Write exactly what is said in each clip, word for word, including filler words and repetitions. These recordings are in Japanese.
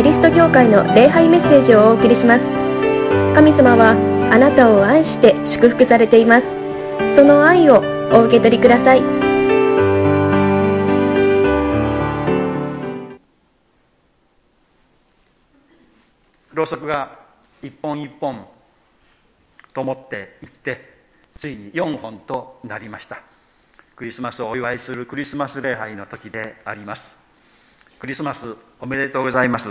リスト教会の礼拝メッセージをお送りします。神様はあなたを愛して祝福されています。その愛をお受け取りください。 ろうそくが一本一本灯っていって、ついによんほんとなりました。クリスマスをお祝いするクリスマス礼拝の時であります。クリスマスおめでとうございます。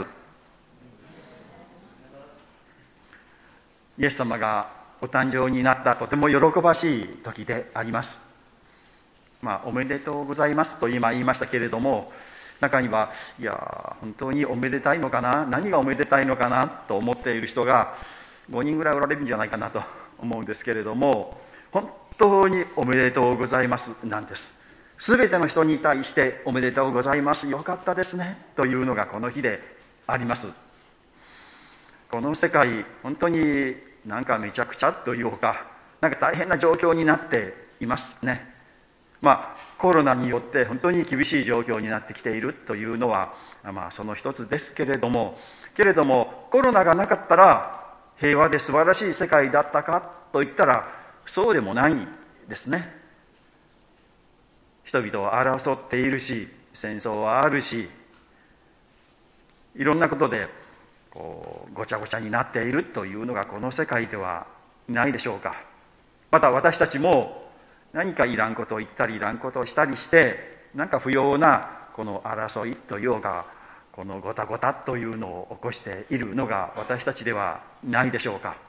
イエス様がお誕生になったとても喜ばしい時であります。まあ、おめでとうございますと今言いましたけれども、中にはいや本当におめでたいのかな、何がおめでたいのかなと思っている人がごにんぐらいおられるんじゃないかなと思うんですけれども、本当におめでとうございますなんです。すべての人に対しておめでとうございます、よかったですねというのがこの日であります。この世界本当になんかめちゃくちゃというか、なんか大変な状況になっていますね。まあコロナによって本当に厳しい状況になってきているというのは、まあその一つですけれどもけれどもコロナがなかったら平和で素晴らしい世界だったかといったらそうでもないですね。人々は争っているし、戦争はあるし、いろんなことでこうごちゃごちゃになっているというのがこの世界ではないでしょうか。また私たちも何かいらんことを言ったりいらんことをしたりして、なんか不要なこの争いというか、このごたごたというのを起こしているのが私たちではないでしょうか。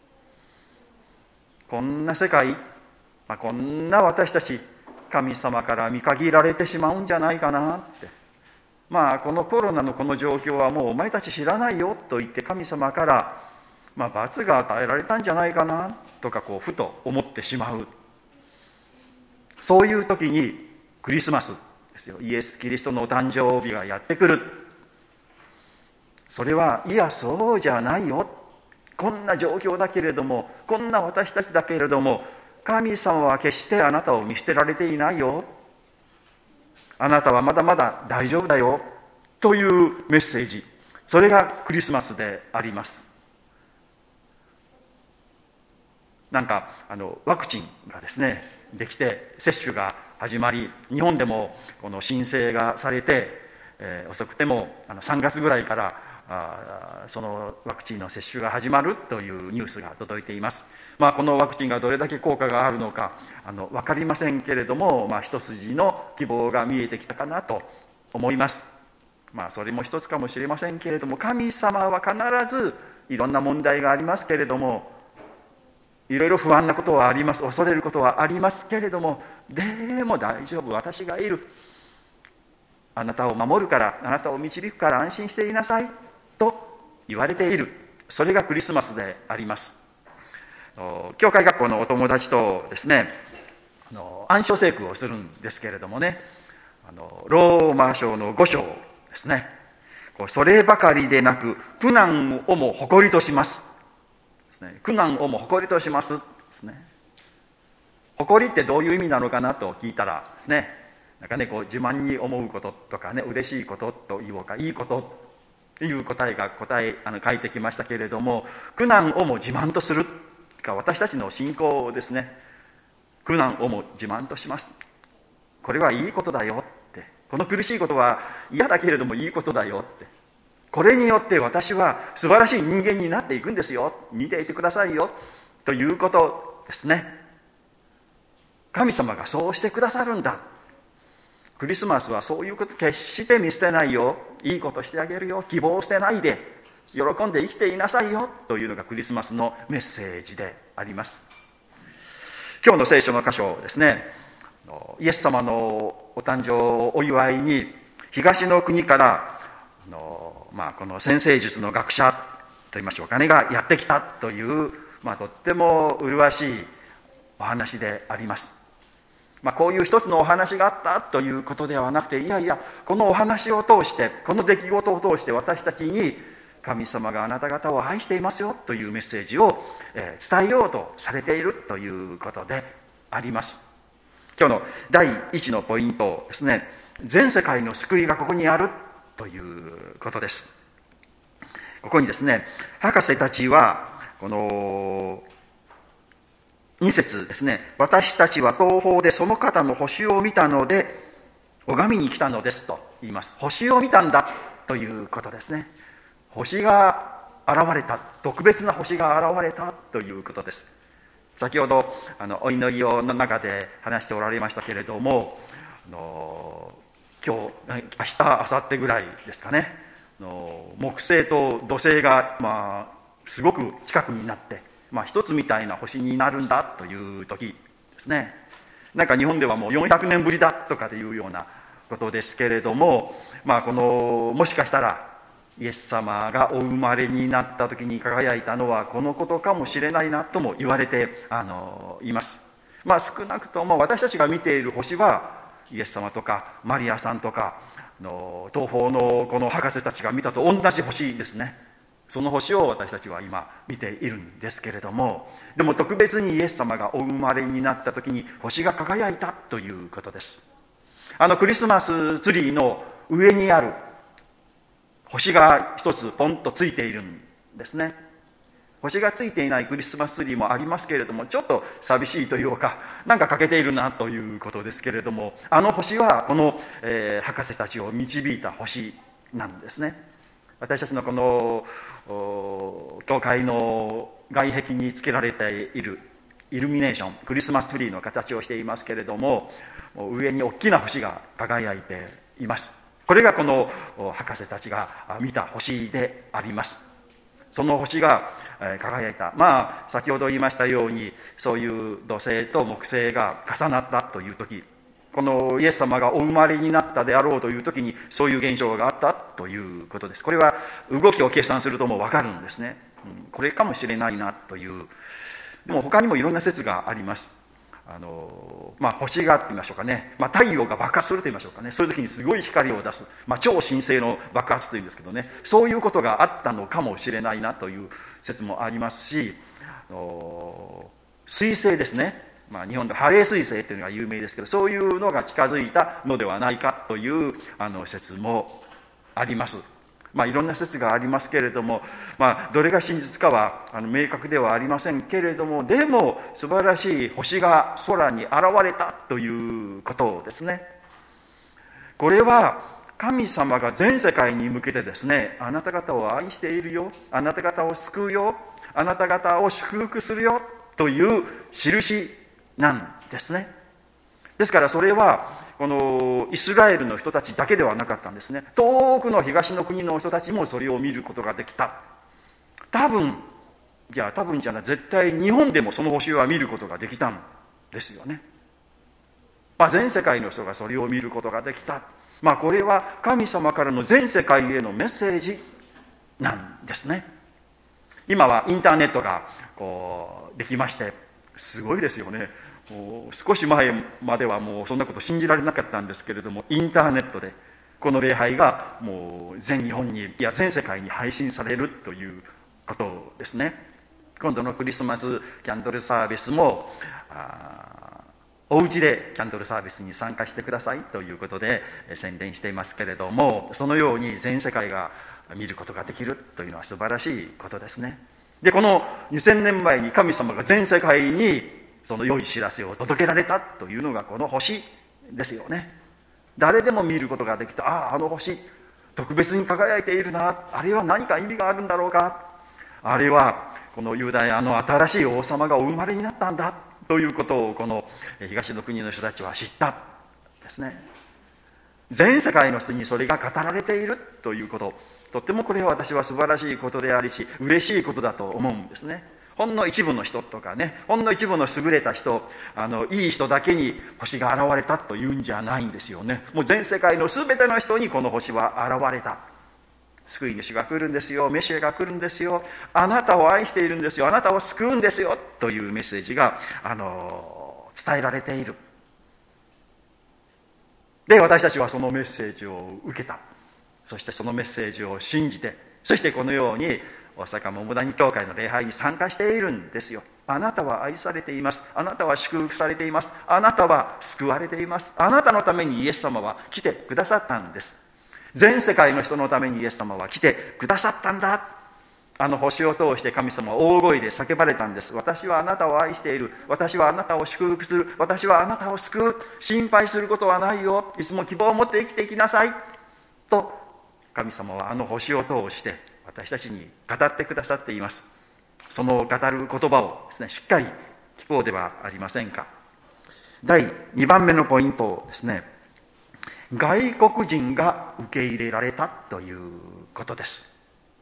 こんな世界、まあ、こんな私たち、神様から見限られてしまうんじゃないかなって、まあこのコロナのこの状況はもうお前たち知らないよと言って神様から、まあ、罰が与えられたんじゃないかなとかこうふと思ってしまう。そういう時にクリスマスですよ、イエス・キリストのお誕生日がやってくる。それはいやそうじゃないよ、こんな状況だけれども、こんな私たちだけれども、神様は決してあなたを見捨てられていないよ、あなたはまだまだ大丈夫だよというメッセージ、それがクリスマスであります。なんかあのワクチンがですねできて接種が始まり、日本でもこの申請がされて、えー、遅くてもあのさんがつぐらいからあそのワクチンの接種が始まるというニュースが届いています。まあ、このワクチンがどれだけ効果があるのかあの分かりませんけれども、まあ、一筋の希望が見えてきたかなと思います。まあ、それも一つかもしれませんけれども、神様は必ずいろんな問題がありますけれども、いろいろ不安なことはあります、恐れることはありますけれども、でも大丈夫、私がいる、あなたを守るから、あなたを導くから安心していなさいと言われている。それがクリスマスであります。教会学校のお友達とですね、あの暗唱聖句をするんですけれどもね、あのローマ書のご章ですね、そればかりでなく苦難をも誇りとしますですね。苦難をも誇りとしますですね。誇りってどういう意味なのかなと聞いたらですね、なんかねこう自慢に思うこととかね、嬉しいことというかいいことという答えが答えあの書いてきましたけれども、苦難をも自慢とするが私たちの信仰ですね。苦難をも自慢とします。これはいいことだよって、この苦しいことは嫌だけれどもいいことだよって、これによって私は素晴らしい人間になっていくんですよ、見ていてくださいよということですね。神様がそうしてくださるんだ。クリスマスはそういうこと決して見捨てないよ、いいことしてあげるよ、希望を捨てないで喜んで生きていなさいよというのがクリスマスのメッセージであります。今日の聖書の箇所ですね、イエス様のお誕生をお祝いに東の国からあの、まあ、この占星術の学者といいましょうかねがやってきたという、まあ、とっても麗しいお話であります。まあ、こういう一つのお話があったということではなくて、いやいやこのお話を通して、この出来事を通して私たちに神様があなた方を愛していますよというメッセージを伝えようとされているということであります。今日の第一のポイントですね、全世界の救いがここにあるということです。 ここにですね、博士たちはこのに節ですね、私たちは東方でその方の星を見たので拝みに来たのですと言います。星を見たんだということですね。星が現れた、特別な星が現れたということです。先ほどあのお祈りの中で話しておられましたけれども、あの今日明日明後日ぐらいですかね、あの木星と土星が、まあ、すごく近くになって、まあ、一つみたいな星になるんだという時ですね。なんか日本ではもうよんひゃくねんぶりだとかっていうようなことですけれども、まあ、このもしかしたらイエス様がお生まれになった時に輝いたのはこのことかもしれないなとも言われてあのいます。まあ、少なくとも私たちが見ている星はイエス様とかマリアさんとかの東方のこの博士たちが見たと同じ星ですね。その星を私たちは今見ているんですけれども、でも特別にイエス様がお生まれになった時に星が輝いたということです。あのクリスマスツリーの上にある星が一つポンとついているんですね。星がついていないクリスマスツリーもありますけれども、ちょっと寂しいというか、なんか欠けているなということですけれども、あの星はこの、えー、博士たちを導いた星なんですね。私たちのこの教会の外壁につけられているイルミネーション、クリスマスツリーの形をしていますけれども、上に大きな星が輝いています。これがこの博士たちが見た星であります。その星が輝いた、まあ先ほど言いましたように、そういう土星と木星が重なったという時、このイエス様がお生まれになったであろうという時にそういう現象があったということです。これは動きを計算するともう分かるんですね、うん、これかもしれないなという。でも他にもいろんな説があります。あのまあ、星がって言いましょうかね、まあ、太陽が爆発すると言いましょうかね、そういう時にすごい光を出す、まあ、超新星の爆発というんですけどね、そういうことがあったのかもしれないなという説もありますし、あの彗星ですね、まあ、日本でハレー彗星というのが有名ですけど、そういうのが近づいたのではないかというあの説もあります。まあ、いろんな説がありますけれども、まあ、どれが真実かはあの明確ではありませんけれども、でも素晴らしい星が空に現れたということですね。これは神様が全世界に向けてですね、あなた方を愛しているよ、あなた方を救うよ、あなた方を祝福するよという印なんですね。ですからそれはこのイスラエルの人たちだけではなかったんですね。遠くの東の国の人たちもそれを見ることができた。多分いや多分じゃない絶対日本でもその星は見ることができたんですよね。まあ、全世界の人がそれを見ることができた。まあこれは神様からの全世界へのメッセージなんですね。今はインターネットがこうできまして、すごいですよね。もう少し前まではもうそんなこと信じられなかったんですけれども、インターネットでこの礼拝がもう全日本に、いや全世界に配信されるということですね。今度のクリスマスキャンドルサービスもあお家でキャンドルサービスに参加してくださいということで宣伝していますけれども、そのように全世界が見ることができるというのは素晴らしいことですね。でこのにせんねんまえに神様が全世界にその良い知らせを届けられたというのがこの星ですよね。誰でも見ることができた。ああ、あの星特別に輝いているな、あれは何か意味があるんだろうか、あれはこのユダヤの新しい王様がお生まれになったんだということをこの東の国の人たちは知ったですね。全世界の人にそれが語られているということ、とってもこれは私は素晴らしいことでありし、嬉しいことだと思うんですね。ほんの一部の人とかね、ほんの一部の優れた人、あのいい人だけに星が現れたというんじゃないんですよね。もう全世界の全ての人にこの星は現れた。救い主が来るんですよ、メシアが来るんですよ、あなたを愛しているんですよ、あなたを救うんですよというメッセージがあの伝えられている。で私たちはそのメッセージを受けた。そしてそのメッセージを信じて、そしてこのように大阪桃谷教会の礼拝に参加しているんですよ。あなたは愛されています。あなたは祝福されています。あなたは救われています。あなたのためにイエス様は来てくださったんです。全世界の人のためにイエス様は来てくださったんだ。 あの星を通して神様は大声で叫ばれたんです。私はあなたを愛している。私はあなたを祝福する。私はあなたを救う。心配することはないよ。いつも希望を持って生きていきなさい。と神様はあの星を通して私たちに語ってくださっています。その語る言葉をですね、しっかり聞こうではありませんか。だいにばんめのポイントですね、外国人が受け入れられたということです。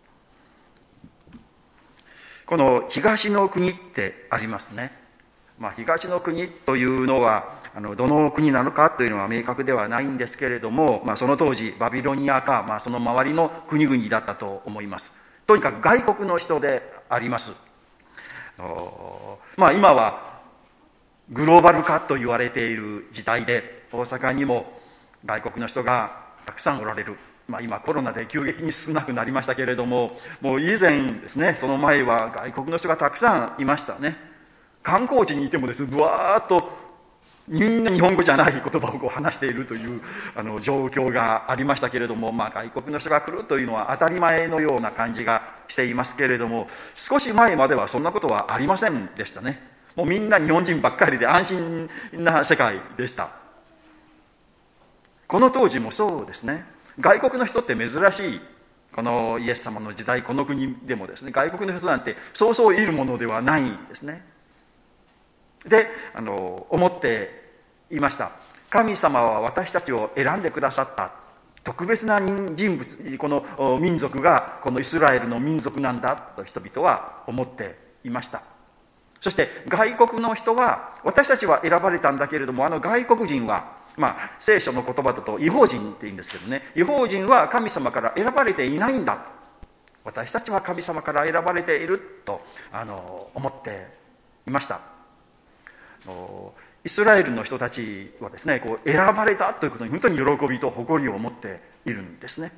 この東の国ってありますね。まあ、東の国というのはあのどの国なのかというのは明確ではないんですけれども、まあ、その当時バビロニアか、まあ、その周りの国々だったと思います。とにかく外国の人であります。まあ、今はグローバル化と言われている時代で、大阪にも外国の人がたくさんおられる。まあ、今コロナで急激に少なくなりましたけれども、もう以前ですね、その前は外国の人がたくさんいましたね。観光地にいてもですね、ぶわーっとみんな日本語じゃない言葉をこう話しているというあの状況がありましたけれども、まあ、外国の人が来るというのは当たり前のような感じがしていますけれども、少し前まではそんなことはありませんでしたね。もうみんな日本人ばっかりで安心な世界でした。この当時もそうですね。外国の人って珍しい。このイエス様の時代、この国でもですね、外国の人なんてそうそういるものではないんですね。で、あの思っていました。神様は私たちを選んでくださった特別な人物、この民族がこのイスラエルの民族なんだと人々は思っていました。そして外国の人は、私たちは選ばれたんだけれども、あの外国人は、まあ聖書の言葉だと異邦人って言うんですけどね、異邦人は神様から選ばれていないんだ、私たちは神様から選ばれているとあの思っていました。イスラエルの人たちはですね、こう選ばれたということに本当に喜びと誇りを持っているんですね。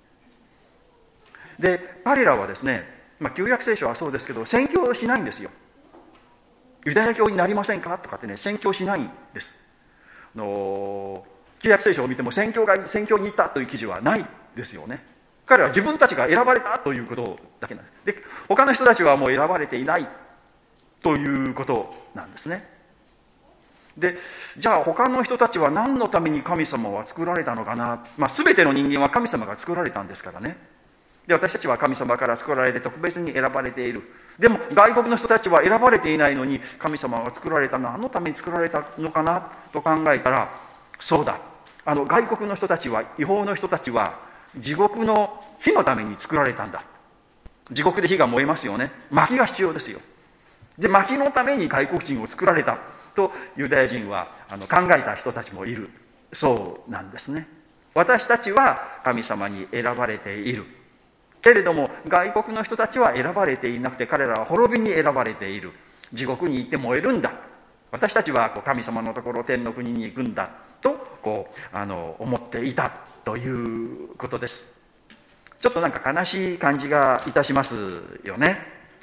で、彼らはですね、まあ、旧約聖書はそうですけど、宣教しないんですよ。ユダヤ教になりませんかとかってね、宣教しないんです。の旧約聖書を見ても宣教が宣教に行ったという記事はないですよね。彼らは自分たちが選ばれたということだけなんです。で、他の人たちはもう選ばれていないということなんですね。で、じゃあ他の人たちは何のために神様は作られたのかな。まあ、全ての人間は神様が作られたんですからね。で、私たちは神様から作られて特別に選ばれている。でも外国の人たちは選ばれていないのに、神様が作られたのは何のために作られたのかなと考えたら、そうだ、あの外国の人たちは、異邦の人たちは地獄の火のために作られたんだ。地獄で火が燃えますよね。薪が必要ですよ。で、薪のために外国人を作られたとユダヤ人はあの考えた人たちもいるそうなんですね。私たちは神様に選ばれているけれども、外国の人たちは選ばれていなくて、彼らは滅びに選ばれている。地獄に行って燃えるんだ。私たちはこう神様のところ、天の国に行くんだとこうあの思っていたということです。ちょっとなんか悲しい感じがいたしますよね。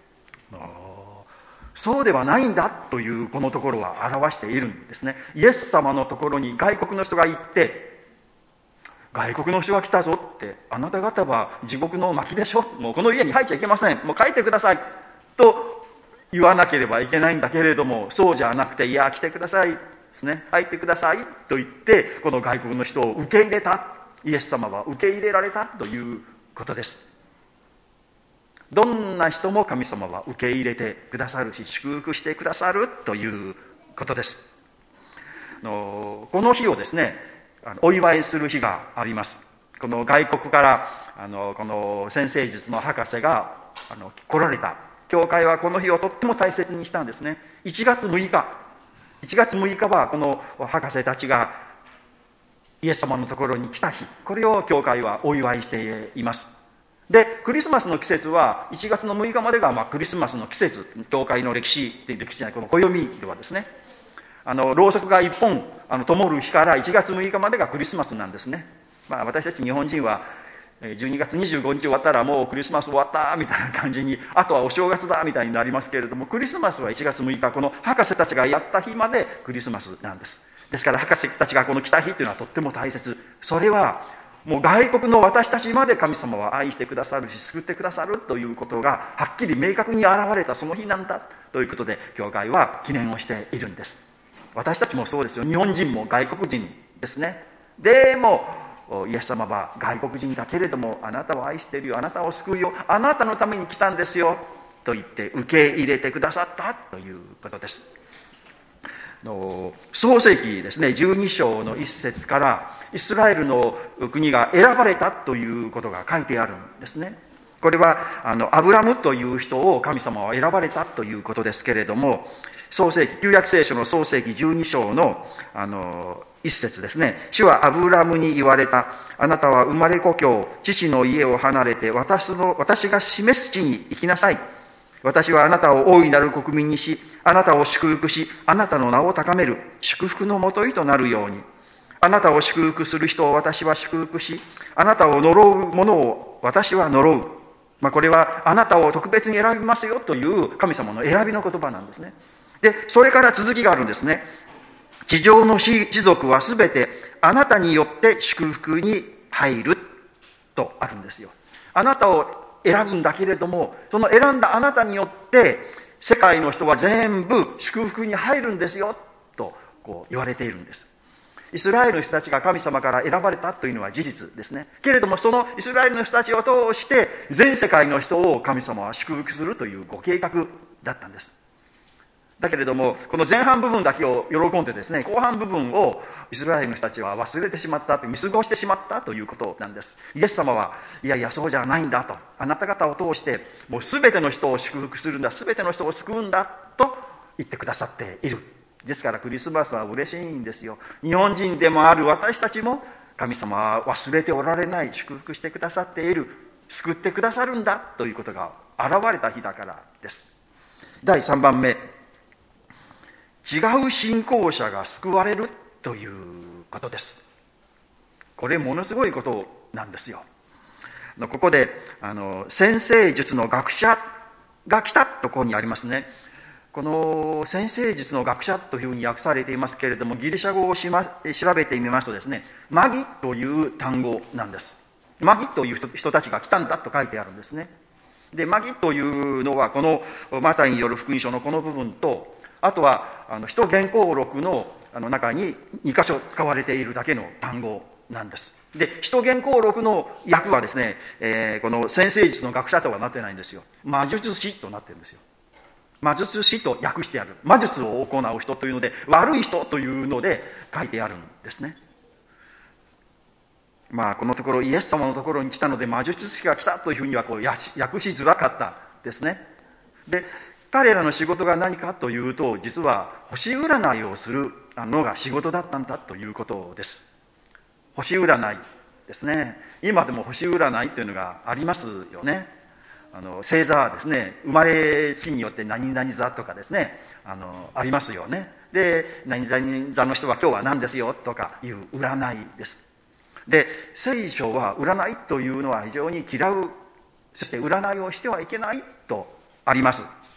そうではないんだというこのところは表しているんですね。イエス様のところに外国の人が行って、外国の人が来たぞって、あなた方は地獄の薪でしょ、もうこの家に入っちゃいけません、もう帰ってくださいと言わなければいけないんだけれども、そうじゃなくて、いや来てくださいですね、入ってくださいと言って、この外国の人を受け入れた。イエス様は受け入れられたということです。どんな人も神様は受け入れてくださるし、祝福してくださるということです。この日をですね、お祝いする日があります。この外国からあのこの占星術の博士があの来られた。教会はこの日をとっても大切にしたんですね。いちがつむいかいちがつむいかはこの博士たちがイエス様のところに来た日、これを教会はお祝いしています。で、クリスマスの季節はいちがつのむいかまでが、まあ、クリスマスの季節、教会の歴史っていう歴史じゃない、この暦ではですね、あのろうそくがいっぽんあの灯る日からいちがつむいかまでがクリスマスなんですね。まあ、私たち日本人はじゅうにがつにじゅうごにち終わったらもうクリスマス終わったみたいな感じに、あとはお正月だみたいになりますけれども、クリスマスはいちがつむいか、この博士たちがやった日までクリスマスなんです。ですから博士たちがこの来た日というのはとっても大切。それはもう外国の私たちまで神様は愛してくださるし救ってくださるということがはっきり明確に現れたその日なんだということで、教会は記念をしているんです。私たちもそうですよ。日本人も外国人ですね。でもイエス様は外国人だけれどもあなたを愛しているよ、あなたを救うよ、あなたのために来たんですよと言って受け入れてくださったということです。創世記ですね、じゅうに章の一節からイスラエルの国が選ばれたということが書いてあるんですね。これはあのアブラムという人を神様は選ばれたということですけれども、創世記、旧約聖書の創世記じゅうに章のあの一節ですね。主はアブラムに言われた。あなたは生まれ故郷、父の家を離れて私の私が示す地に行きなさい。私はあなたを大いなる国民にし、あなたを祝福し、あなたの名を高める祝福のもといとなるように。あなたを祝福する人を私は祝福し、あなたを呪う者を私は呪う。まあ、これはあなたを特別に選びますよという神様の選びの言葉なんですね。で、それから続きがあるんですね。地上の士族はすべてあなたによって祝福に入るとあるんですよ。あなたを選ぶんだけれども、その選んだあなたによって世界の人は全部祝福に入るんですよとこう言われているんです。イスラエルの人たちが神様から選ばれたというのは事実ですね。けれどもそのイスラエルの人たちを通して全世界の人を神様は祝福するというご計画だったんです。だけれどもこの前半部分だけを喜んでですね、後半部分をイスラエルの人たちは忘れてしまった、見過ごしてしまったということなんです。イエス様はいやいやそうじゃないんだと、あなた方を通してもう全ての人を祝福するんだ、全ての人を救うんだと言ってくださっている。ですからクリスマスは嬉しいんですよ。日本人でもある私たちも神様は忘れておられない、祝福してくださっている、救ってくださるんだということが現れた日だからです。だいさんばんめ、違う信仰者が救われるということです。これものすごいことなんですよ。ここであの占星術の学者が来たとここにありますね。この占星術の学者というふうに訳されていますけれども、ギリシャ語をし、ま、調べてみますとですね、マギという単語なんです。マギという 人, 人たちが来たんだと書いてあるんですね。でマギというのはこのマタイによる福音書のこの部分と、あとはあの使徒言行録のあの中にに箇所使われているだけの単語なんです。で使徒言行録の訳はですね、えー、この占星術の学者とはなってないんですよ。魔術師となってるんですよ。魔術師と訳してある。魔術を行う人というので、悪い人というので書いてあるんですね。まあこのところイエス様のところに来たので魔術師が来たというふうにはこう訳しづらかったですね。で彼らの仕事が何かというと、実は星占いをするのが仕事だったんだということです。星占いですね。今でも星占いというのがありますよね。あの星座ですね、生まれ月によって何々座とかですね、あのありますよね。で何々座の人は今日は何ですよとかいう占いです。で聖書は占いというのは非常に嫌う、そして占いをしてはいけないとあります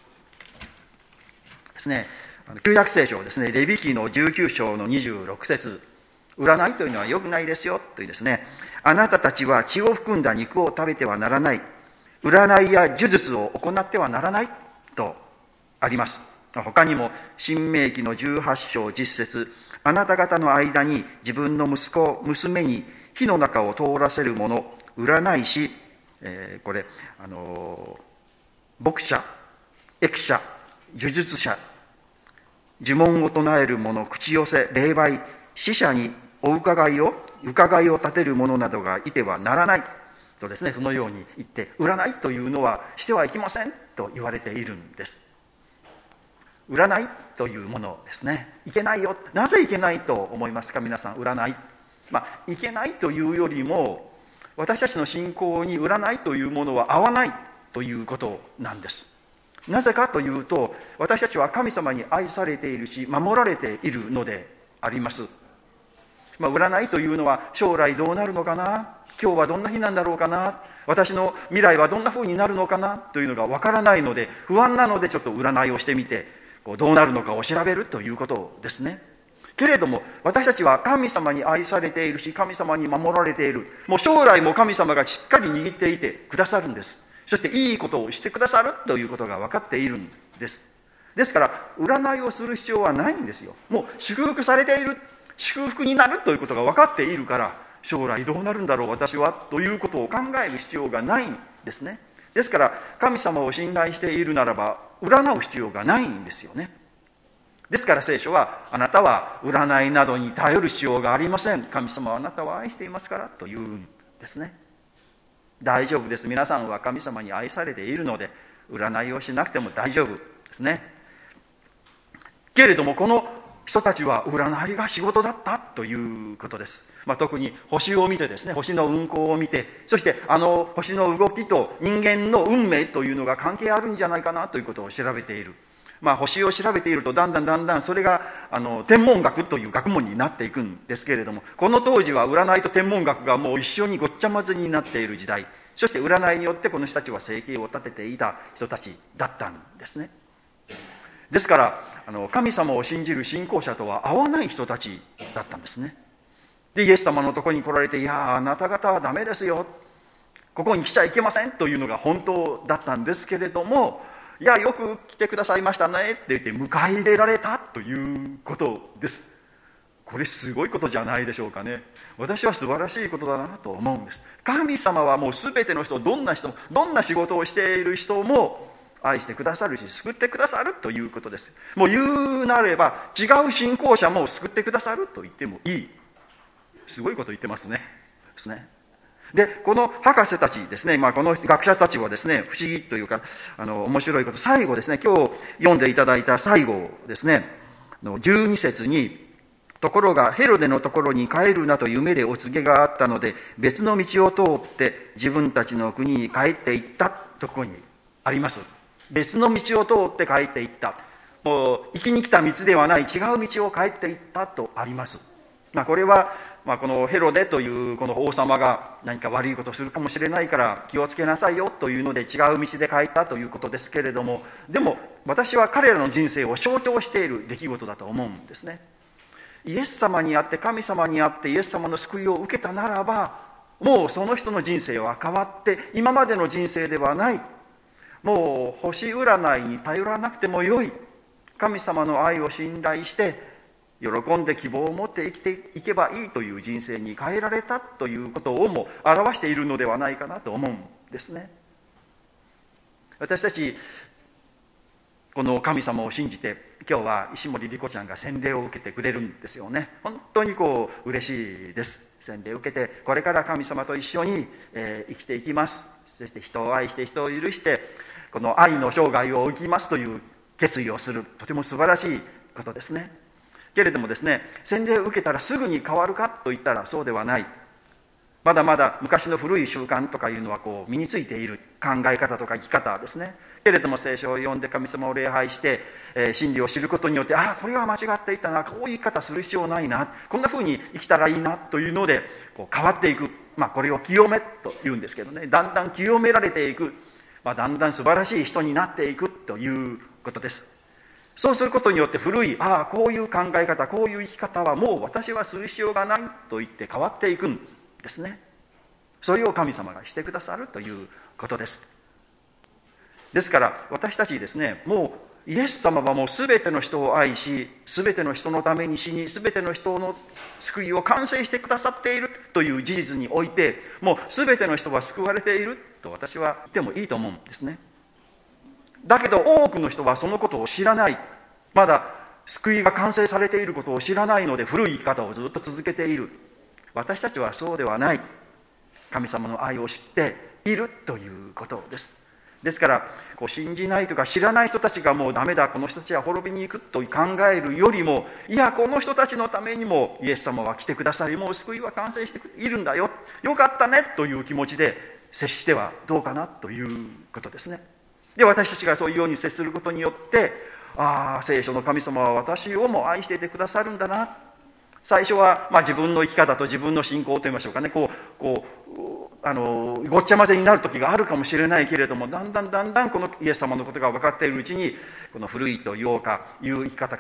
ですね。旧約聖書ですね、レビ記のじゅうきゅう章のにじゅうろく節、占いというのは良くないですよというですね、あなたたちは血を含んだ肉を食べてはならない、占いや呪術を行ってはならないとあります。他にも申命記のじゅうはち章じゅっ節、あなた方の間に自分の息子娘に火の中を通らせる者、占い師、えー、これあのー、牧者、役者、呪術者、呪文を唱える者、口寄せ、霊媒、死者にお伺いを伺いを立てる者などがいてはならないとですね、そのように言って、占いというのはしてはいけませんと言われているんです。占いというものですね、いけないよ。なぜいけないと思いますか皆さん。占い、まあ、いけないというよりも、私たちの信仰に占いというものは合わないということなんです。なぜかというと、私たちは神様に愛されているし守られているのであります。まあ、占いというのは将来どうなるのかな、今日はどんな日なんだろうかな、私の未来はどんな風になるのかなというのがわからないので、不安なのでちょっと占いをしてみてこうどうなるのかを調べるということですね。 けれども私たちは神様に愛されているし、神様に守られている。もう将来も神様がしっかり握っていてくださるんです。そしていいことをしてくださるということが分かっているんです。ですから占いをする必要はないんですよ。もう祝福されている、祝福になるということが分かっているから、将来どうなるんだろう私はということを考える必要がないんですね。ですから神様を信頼しているならば占う必要がないんですよね。ですから聖書は、あなたは占いなどに頼る必要がありません。神様はあなたを愛していますからというんですね。大丈夫です。皆さんは神様に愛されているので、占いをしなくても大丈夫ですね。けれどもこの人たちは占いが仕事だったということです。まあ、特に星を見てですね、星の運行を見て、そしてあの星の動きと人間の運命というのが関係あるんじゃないかなということを調べている。まあ、星を調べているとだんだんだんだんそれがあの天文学という学問になっていくんですけれども、この当時は占いと天文学がもう一緒にごっちゃ混ぜになっている時代、そして占いによってこの人たちは生計を立てていた人たちだったんですね。ですからあの神様を信じる信仰者とは合わない人たちだったんですね。でイエス様のところに来られて、いやあなた方はダメですよ、ここに来ちゃいけませんというのが本当だったんですけれども、いやよく来てくださいましたねって言って迎え入れられたということです。これすごいことじゃないでしょうかね。私は素晴らしいことだなと思うんです。神様はもう全ての人、どんな人もどんな仕事をしている人も愛してくださるし救ってくださるということです。もう言うなれば違う信仰者も救ってくださると言ってもいい、すごいこと言ってますね。ですね。でこの博士たちですね、まあ、この学者たちはですね、不思議というかあの面白いこと、最後ですね、今日読んでいただいた最後ですね、じゅうに節に、ところがヘロデのところに帰るなと夢でお告げがあったので別の道を通って自分たちの国に帰っていったところにあります。別の道を通って帰っていった、もう行きに来た道ではない違う道を帰っていったとあります。まあ、これは、まあ、このヘロデというこの王様が何か悪いことをするかもしれないから気をつけなさいよというので違う道で帰ったということですけれども、でも私は彼らの人生を象徴している出来事だと思うんですね。イエス様にあって神様にあってイエス様の救いを受けたならば、もうその人の人生は変わって今までの人生ではない、もう星占いに頼らなくてもよい、神様の愛を信頼して喜んで希望を持って生きていけばいいという人生に変えられたということをも表しているのではないかなと思うんですね。私たちこの神様を信じて今日は石森莉子ちゃんが洗礼を受けてくれるんですよね。本当にこう嬉しいです。洗礼を受けてこれから神様と一緒に、えー、生きていきます。そして人を愛して人を許してこの愛の生涯を生きますという決意をする、とても素晴らしいことですね。けれどもですね、洗礼を受けたらすぐに変わるかといったらそうではない。まだまだ昔の古い習慣とかいうのはこう身についている考え方とか生き方ですね。けれども聖書を読んで神様を礼拝して、えー、真理を知ることによって、ああこれは間違っていたな、こういう生き方する必要ないな、こんな風に生きたらいいなというのでこう変わっていく、まあ、これを清めというんですけどね、だんだん清められていく、まあ、だんだん素晴らしい人になっていくということです。そうすることによって古い、ああこういう考え方、こういう生き方はもう私はする必要がないと言って変わっていくんですね。それを神様がしてくださるということです。ですから私たちですね、もうイエス様はもう全ての人を愛し、全ての人のために死に、全ての人の救いを完成してくださっているという事実において、もう全ての人は救われていると私は言ってもいいと思うんですね。だけど多くの人はそのことを知らない、まだ救いが完成されていることを知らないので古い生き方をずっと続けている。私たちはそうではない。神様の愛を知っているということです。ですからこう信じないとか知らない人たちがもうダメだ、この人たちは滅びに行くと考えるよりも、いやこの人たちのためにもイエス様は来てくださり、もう救いは完成しているんだよ、よかったねという気持ちで接してはどうかなということですね。で私たちがそういうように接することによって、ああ聖書の神様は私をも愛していてくださるんだな。最初は、まあ、自分の生き方と自分の信仰と言いましょうかね、こうこうあのごっちゃ混ぜになる時があるかもしれないけれども、だんだんだんだんこのイエス様のことが分かっているうちに、この古いというかいう生き方から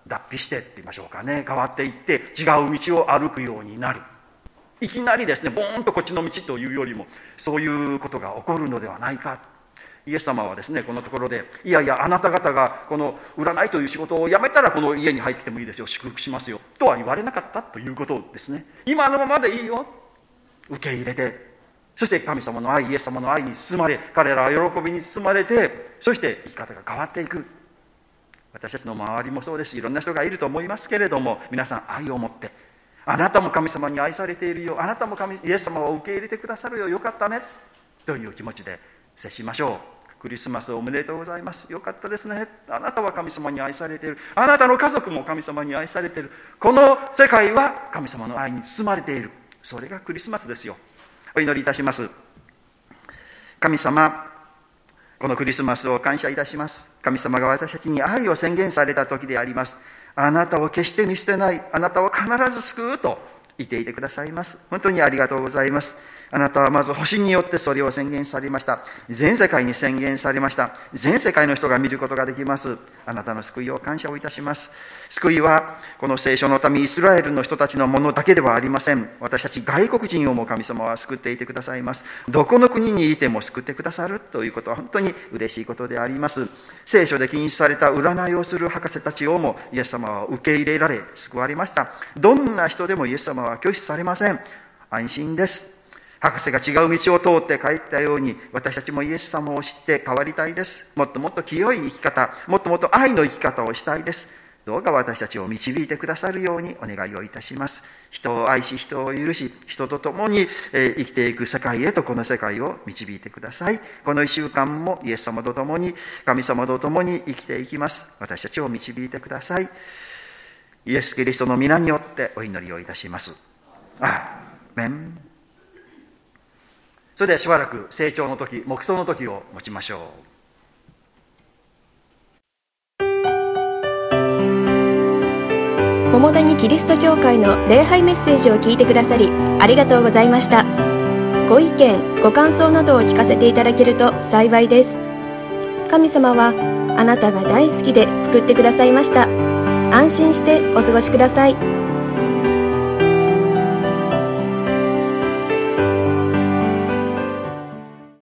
脱皮してって言いましょうかね、変わっていって違う道を歩くようになる。いきなりですね、ボーンとこっちの道というよりも、そういうことが起こるのではないか。イエス様はですね、このところで、いやいや、あなた方がこの占いという仕事を辞めたらこの家に入ってきてもいいですよ、祝福しますよとは言われなかったということですね。今のままでいいよ、受け入れて、そして神様の愛、イエス様の愛に包まれ、彼らは喜びに包まれて、そして生き方が変わっていく。私たちの周りもそうです。いろんな人がいると思いますけれども、皆さん愛を持って、あなたも神様に愛されているよ、あなたも神イエス様を受け入れてくださるよ、よかったねという気持ちで接しましょう。クリスマスおめでとうございます、よかったですね、あなたは神様に愛されている、あなたの家族も神様に愛されている、この世界は神様の愛に包まれている。それがクリスマスですよ。お祈りいたします。神様、このクリスマスを感謝いたします。神様が私たちに愛を宣言された時であります。あなたを決して見捨てない、あなたを必ず救うと言っていてくださいます。本当にありがとうございます。あなたはまず星によってそれを宣言されました。全世界に宣言されました。全世界の人が見ることができます。あなたの救いを感謝をいたします。救いはこの聖書の民イスラエルの人たちのものだけではありません。私たち外国人をも神様は救っていてくださいます。どこの国にいても救ってくださるということは本当に嬉しいことであります。聖書で禁止された占いをする博士たちをもイエス様は受け入れられ救われました。どんな人でもイエス様は拒否されません。安心です。博士が違う道を通って帰ったように、私たちもイエス様を知って変わりたいです。もっともっと清い生き方、もっともっと愛の生き方をしたいです。どうか私たちを導いてくださるようにお願いをいたします。人を愛し、人を許し、人と共に生きていく世界へとこの世界を導いてください。この一週間もイエス様と共に、神様と共に生きていきます。私たちを導いてください。イエス・キリストの皆によってお祈りをいたします。アーメン。それではしばらく成長の時、黙想の時を持ちましょう。桃谷キリスト教会の礼拝メッセージを聞いてくださりありがとうございました。ご意見ご感想などを聞かせていただけると幸いです。神様はあなたが大好きで救ってくださいました。安心してお過ごしください。